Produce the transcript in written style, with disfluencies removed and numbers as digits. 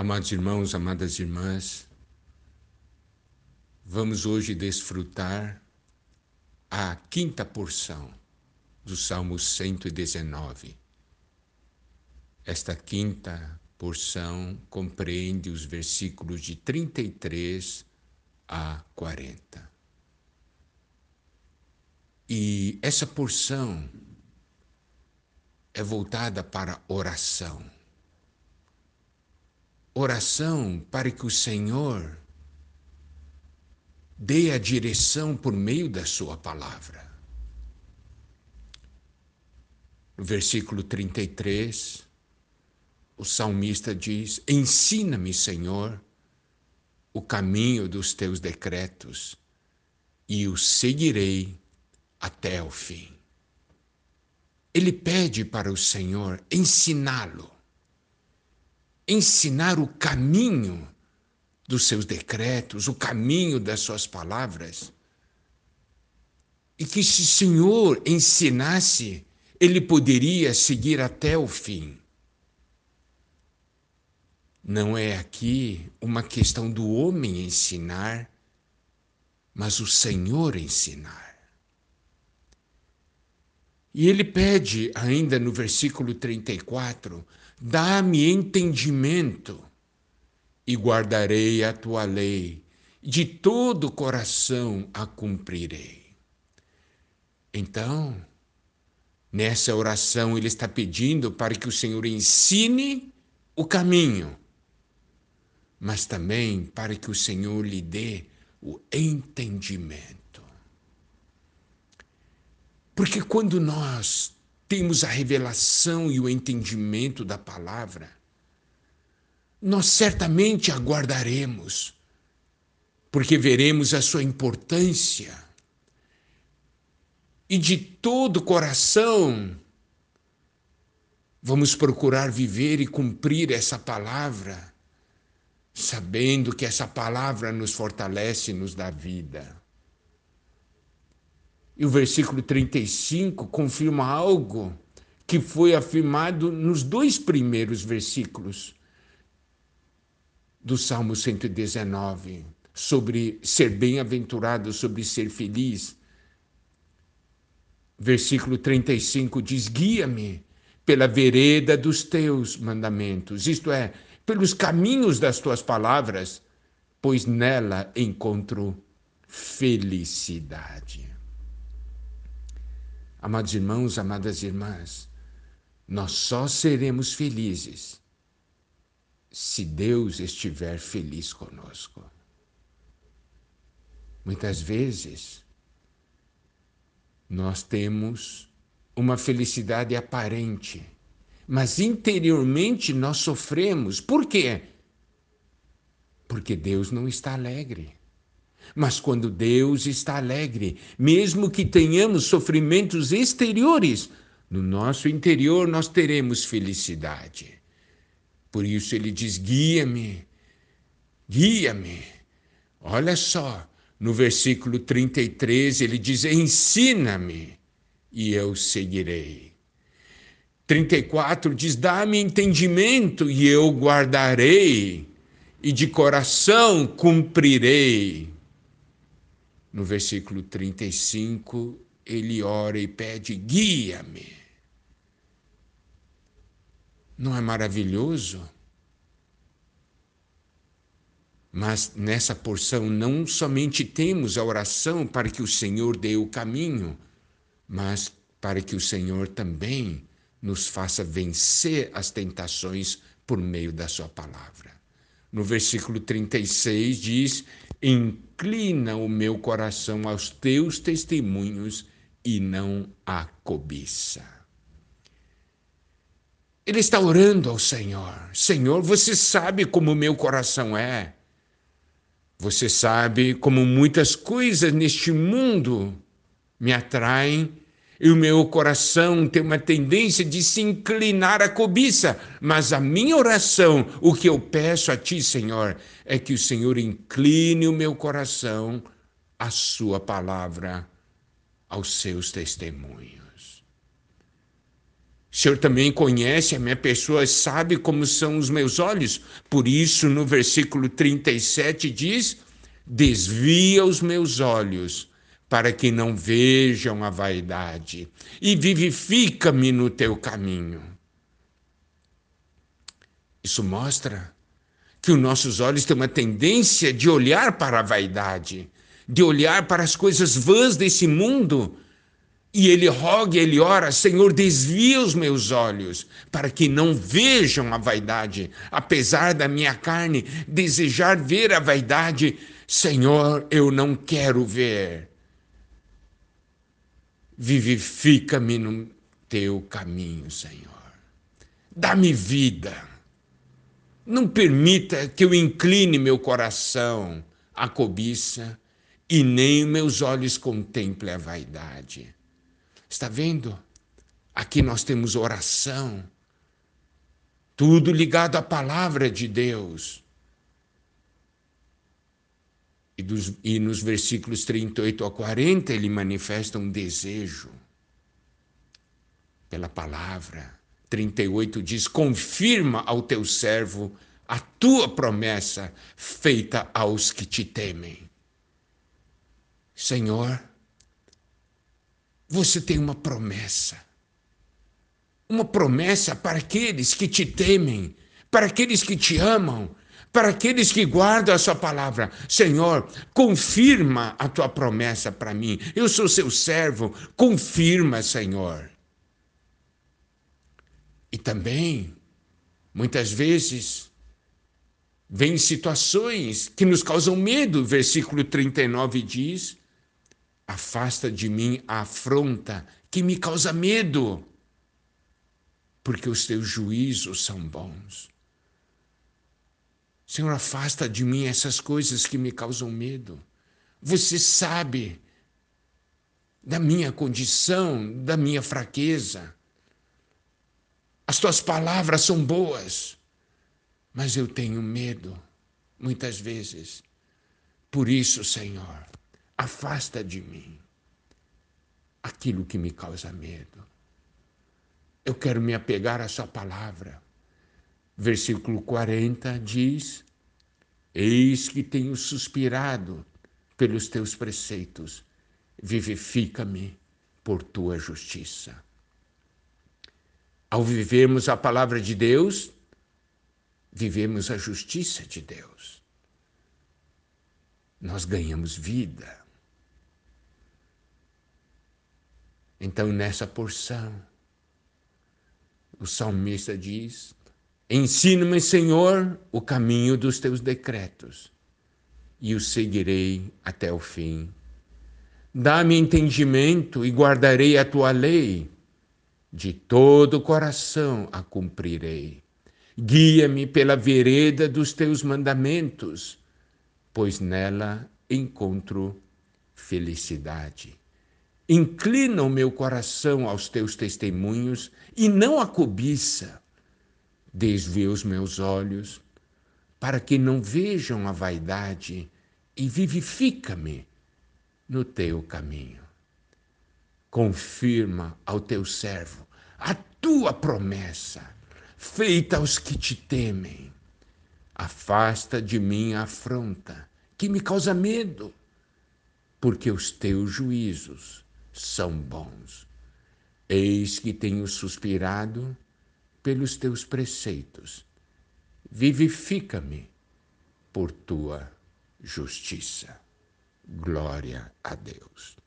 Amados irmãos, amadas irmãs, vamos hoje desfrutar a quinta porção do Salmo 119. Esta quinta porção compreende os versículos de 33 a 40. E essa porção é voltada para oração. Oração para que o Senhor dê a direção por meio da sua palavra. No versículo 33, o salmista diz: ensina-me, Senhor, o caminho dos teus decretos, e o seguirei até o fim. Ele pede para o Senhor ensiná-lo, ensinar o caminho dos seus decretos, o caminho das suas palavras. E que se o Senhor ensinasse, ele poderia seguir até o fim. Não é aqui uma questão do homem ensinar, mas o Senhor ensinar. E ele pede ainda no versículo 34, dá-me entendimento e guardarei a tua lei, de todo o coração a cumprirei. Então, nessa oração ele está pedindo para que o Senhor ensine o caminho, mas também para que o Senhor lhe dê o entendimento. Porque quando nós temos a revelação e o entendimento da palavra, nós certamente aguardaremos, porque veremos a sua importância e de todo o coração vamos procurar viver e cumprir essa palavra, sabendo que essa palavra nos fortalece e nos dá vida. E o versículo 35 confirma algo que foi afirmado nos dois primeiros versículos do Salmo 119, sobre ser bem-aventurado, sobre ser feliz. Versículo 35 diz: guia-me pela vereda dos teus mandamentos, isto é, pelos caminhos das tuas palavras, pois nela encontro felicidade. Amados irmãos, amadas irmãs, nós só seremos felizes se Deus estiver feliz conosco. Muitas vezes, nós temos uma felicidade aparente, mas interiormente nós sofremos. Por quê? Porque Deus não está alegre. Mas quando Deus está alegre, mesmo que tenhamos sofrimentos exteriores, no nosso interior nós teremos felicidade. Por isso ele diz: guia-me, guia-me. Olha só, no versículo 33 ele diz: ensina-me e eu seguirei. 34 diz: dá-me entendimento e eu guardarei, e de coração cumprirei. No versículo 35, ele ora e pede: guia-me. Não é maravilhoso? Mas nessa porção não somente temos a oração para que o Senhor dê o caminho, mas para que o Senhor também nos faça vencer as tentações por meio da sua palavra. No versículo 36 diz: inclina o meu coração aos teus testemunhos e não à cobiça. Ele está orando ao Senhor: Senhor, você sabe como o meu coração é. Você sabe como muitas coisas neste mundo me atraem e o meu coração tem uma tendência de se inclinar à cobiça. Mas a minha oração, o que eu peço a Ti, Senhor, é que o Senhor incline o meu coração à Sua palavra, aos Seus testemunhos. O Senhor também conhece a minha pessoa, sabe como são os meus olhos. Por isso, no versículo 37 diz: desvia os meus olhos, para que não vejam a vaidade, e vivifica-me no teu caminho. Isso mostra que os nossos olhos têm uma tendência de olhar para a vaidade, de olhar para as coisas vãs desse mundo. E ele roga, ele ora: Senhor, desvia os meus olhos, para que não vejam a vaidade, apesar da minha carne desejar ver a vaidade. Senhor, eu não quero ver. Vivifica-me no teu caminho, Senhor. Dá-me vida. Não permita que eu incline meu coração à cobiça e nem meus olhos contemplem a vaidade. Está vendo? Aqui nós temos oração, tudo ligado à palavra de Deus. E nos versículos 38 a 40, ele manifesta um desejo pela palavra. 38 diz: confirma ao teu servo a tua promessa feita aos que te temem. Senhor, você tem uma promessa para aqueles que te temem, para aqueles que te amam, para aqueles que guardam a sua palavra. Senhor, confirma a tua promessa para mim. Eu sou seu servo, confirma, Senhor. E também, muitas vezes, vem situações que nos causam medo. Versículo 39 diz: afasta de mim a afronta que me causa medo, porque os teus juízos são bons. Senhor, afasta de mim essas coisas que me causam medo. Você sabe da minha condição, da minha fraqueza. As tuas palavras são boas, mas eu tenho medo, muitas vezes. Por isso, Senhor, afasta de mim aquilo que me causa medo. Eu quero me apegar à sua palavra. Versículo 40 diz: eis que tenho suspirado pelos teus preceitos, vivifica-me por tua justiça. Ao vivermos a palavra de Deus, vivemos a justiça de Deus. Nós ganhamos vida. Então, nessa porção, o salmista diz: ensina-me, Senhor, o caminho dos teus decretos, e o seguirei até o fim. Dá-me entendimento e guardarei a tua lei, de todo o coração a cumprirei. Guia-me pela vereda dos teus mandamentos, pois nela encontro felicidade. Inclina o meu coração aos teus testemunhos e não a cobiça. Desvia os meus olhos, para que não vejam a vaidade, e vivifica-me no teu caminho. Confirma ao teu servo a tua promessa, feita aos que te temem. Afasta de mim a afronta, que me causa medo, porque os teus juízos são bons. Eis que tenho suspirado pelos teus preceitos. Vivifica-me por tua justiça. Glória a Deus.